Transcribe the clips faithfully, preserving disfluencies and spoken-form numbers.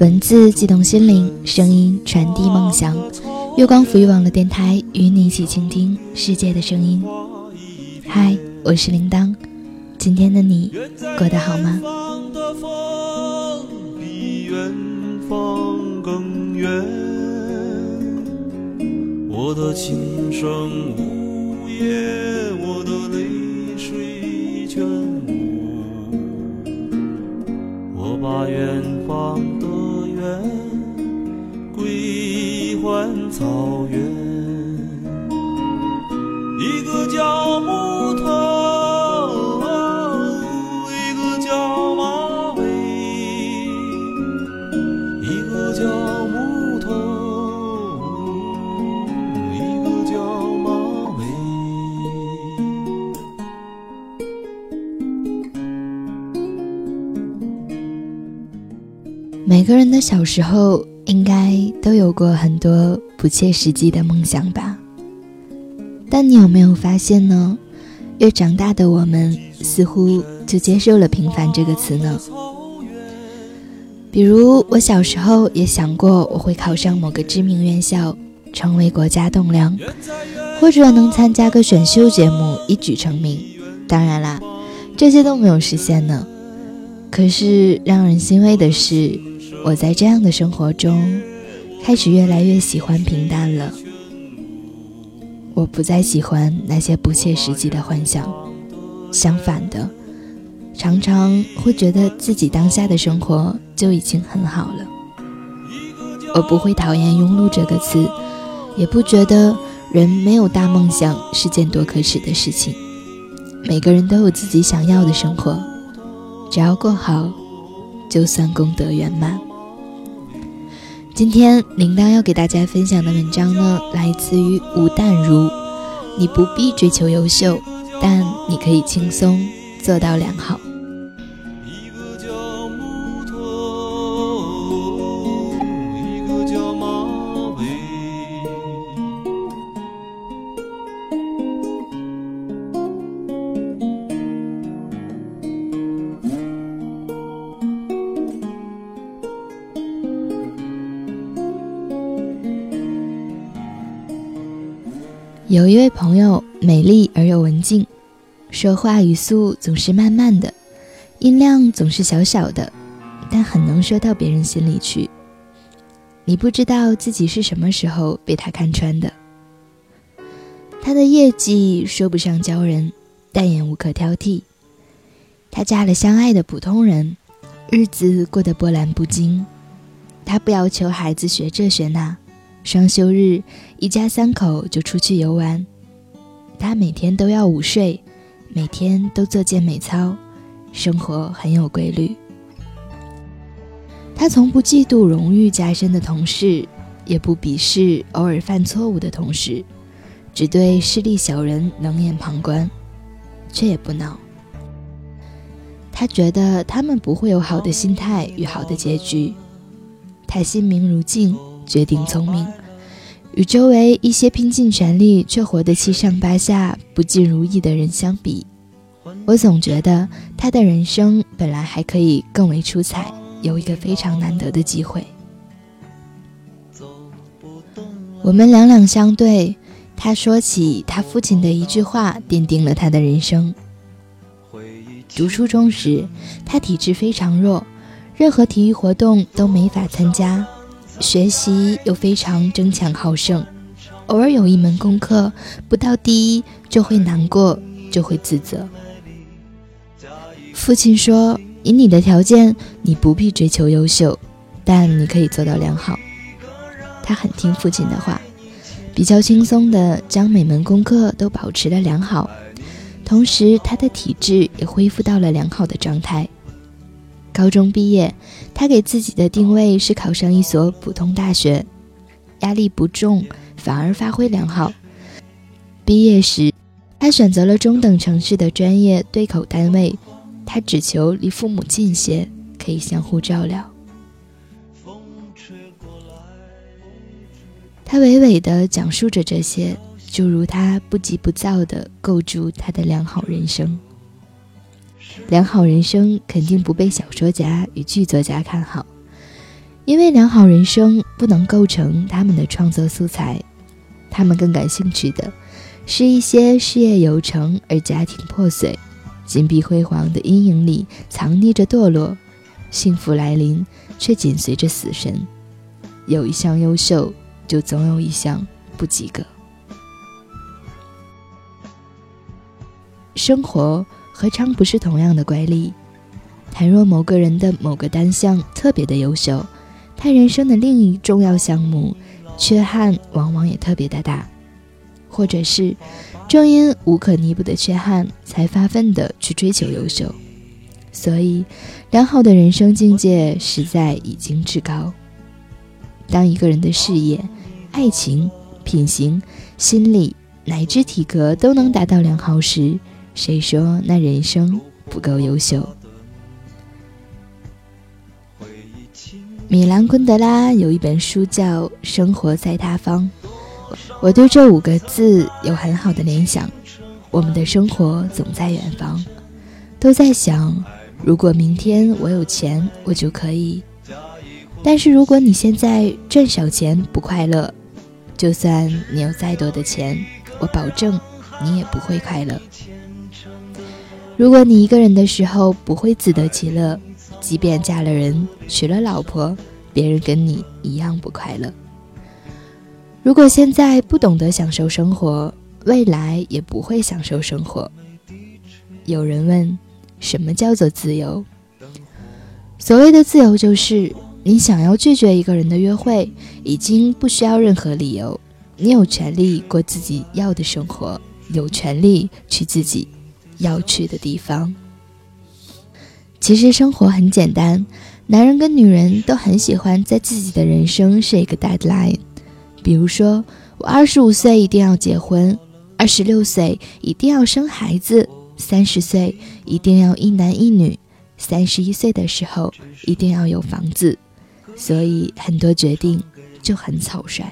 文字激动心灵，声音传递梦想。月光抚育网络电台与你一起倾听世界的声音。嗨，我是铃铛，今天的你过得好吗？ 比远方更远，我的琴声呜咽，我的泪水全无，我把远方的远归还草原，一个叫木头，一个叫马尾，一个叫木头，一个叫马尾。 每个人的小时候应该都有过很多不切实际的梦想吧，但你有没有发现呢？越长大的我们似乎就接受了平凡这个词呢。比如我小时候也想过我会考上某个知名院校，成为国家栋梁，或者能参加个选秀节目一举成名。当然啦，这些都没有实现呢。可是让人欣慰的是，我在这样的生活中开始越来越喜欢平淡了。我不再喜欢那些不切实际的幻想，相反的，常常会觉得自己当下的生活就已经很好了。我不会讨厌庸碌这个词，也不觉得人没有大梦想是件多可耻的事情。每个人都有自己想要的生活，只要过好，就算功德圆满。今天铃铛要给大家分享的文章呢，来自于吴淡如。你不必追求优秀，但你可以轻松做到良好。 一个叫木头，一个叫马尾。 有一位朋友美丽而又文静，说话语速总是慢慢的，音量总是小小的，但很能说到别人心里去。你不知道自己是什么时候被他看穿的。他的业绩说不上骄人，但也无可挑剔。他嫁了相爱的普通人，日子过得波澜不惊。他不要求孩子学这学那，双休日一家三口就出去游玩。他每天都要午睡，每天都做健美操，生活很有规律。他从不嫉妒荣誉加深的同事，也不鄙视偶尔犯错误的同事，只对势利小人冷眼旁观，却也不恼。他觉得他们不会有好的心态与好的结局。他心明如镜，决定聪明，与周围一些拼尽全力却活得七上八下不尽如意的人相比，我总觉得他的人生本来还可以更为出彩，有一个非常难得的机会。我们两两相对，他说起他父亲的一句话奠定了他的人生。读初中时，他体质非常弱，任何体育活动都没法参加，学习又非常争强好胜，偶尔有一门功课不到第一就会难过，就会自责。父亲说，以你的条件，你不必追求优秀，但你可以做到良好。他很听父亲的话，比较轻松地将每门功课都保持了良好，同时他的体质也恢复到了良好的状态。高中毕业，他给自己的定位是考上一所普通大学，压力不重，反而发挥良好。毕业时，他选择了中等城市的专业对口单位，他只求离父母近些，可以相互照料。他娓娓地讲述着这些，就如他不急不躁地构筑他的良好人生。良好人生肯定不被小说家与剧作家看好， 因为良好人生不能构成他们的创作素材，他们更感兴趣的是一些事业有成而家庭破碎，金碧辉煌的阴影里藏匿着堕落，幸福来临却紧随着死神。有一项优秀，就总有一项不及格。生活何尝不是同样的乖戾？倘若某个人的某个单项特别的优秀，他人生的另一重要项目缺憾往往也特别的大，或者是正因无可弥补的缺憾，才发奋的去追求优秀。所以良好的人生境界实在已经至高。当一个人的事业、爱情、品行、心理乃至体格都能达到良好时，谁说那人生不够优秀？米兰昆德拉有一本书叫《生活在他方》，我对这五个字有很好的联想。我们的生活总在远方，都在想，如果明天我有钱，我就可以。但是如果你现在赚少钱不快乐，就算你有再多的钱，我保证你也不会快乐。如果你一个人的时候不会自得其乐，即便嫁了人，娶了老婆，别人跟你一样不快乐。如果现在不懂得享受生活，未来也不会享受生活。有人问，什么叫做自由？所谓的自由就是你想要拒绝一个人的约会，已经不需要任何理由，你有权利过自己要的生活，有权利去自己要去的地方。其实生活很简单，男人跟女人都很喜欢在自己的人生设一个 deadline。 比如说，我二十五岁一定要结婚，二十六岁一定要生孩子，三十岁一定要一男一女，三十一岁的时候一定要有房子。所以很多决定就很草率。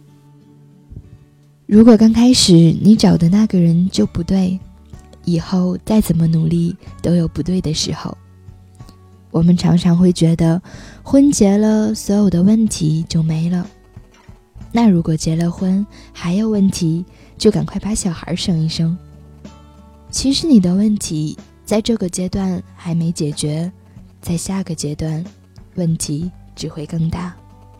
如果刚开始你找的那个人就不对，以后再怎么努力都有不对的时候。我们常常会觉得婚结了，所有的问题就没了。那如果结了婚还有问题，就赶快把小孩生一生。其实你的问题在这个阶段还没解决，在下个阶段问题只会更大。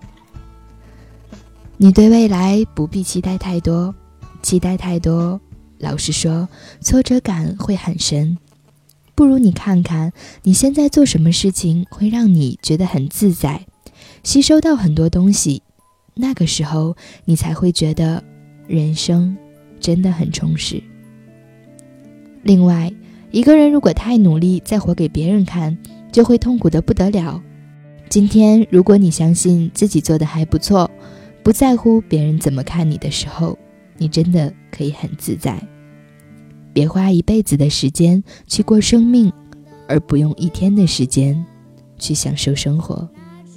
你对未来不必期待太多，期待太多，老实说，挫折感会很深。不如你看看你现在做什么事情会让你觉得很自在，吸收到很多东西，那个时候你才会觉得人生真的很充实。另外，一个人如果太努力再活给别人看，就会痛苦得不得了。今天如果你相信自己做得还不错，不在乎别人怎么看你的时候，你真的可以很自在。别花一辈子的时间去过生命，而不用一天的时间去享受生活。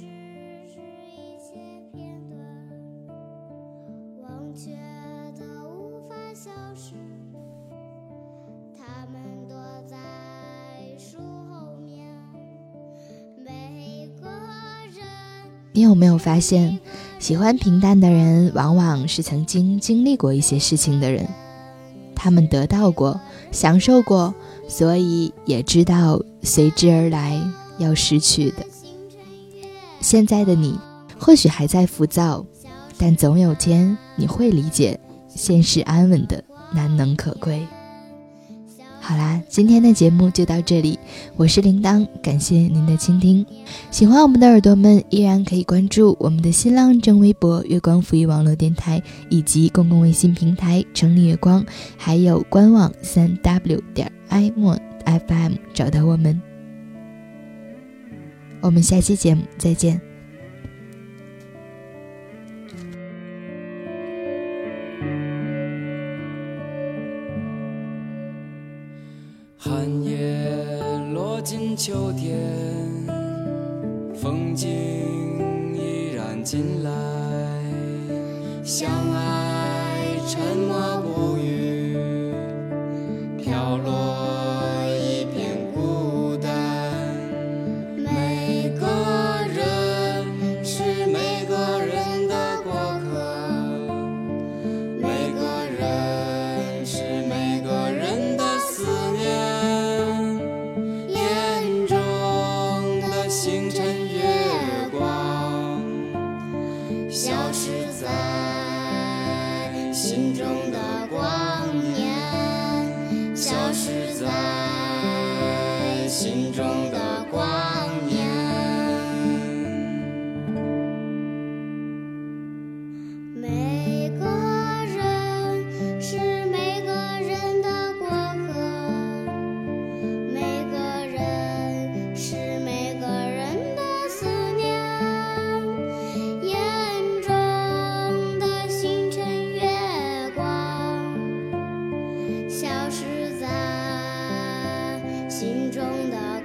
你有没有发现，喜欢平淡的人往往是曾经经历过一些事情的人，他们得到过，享受过，所以也知道随之而来要失去的。现在的你或许还在浮躁，但总有天你会理解现实安稳的难能可贵。好啦，今天的节目就到这里，我是铃铛，感谢您的倾听。喜欢我们的耳朵们依然可以关注我们的新浪正微博月光浮语网络电台，以及公共微信平台城里月光，还有官网 三 w 点 i m o n f m 找到我们。我们下期节目再见。 寒叶落进秋天，风景依然进来，相爱沉默不语，飘落一片孤单。每个人消失在心中的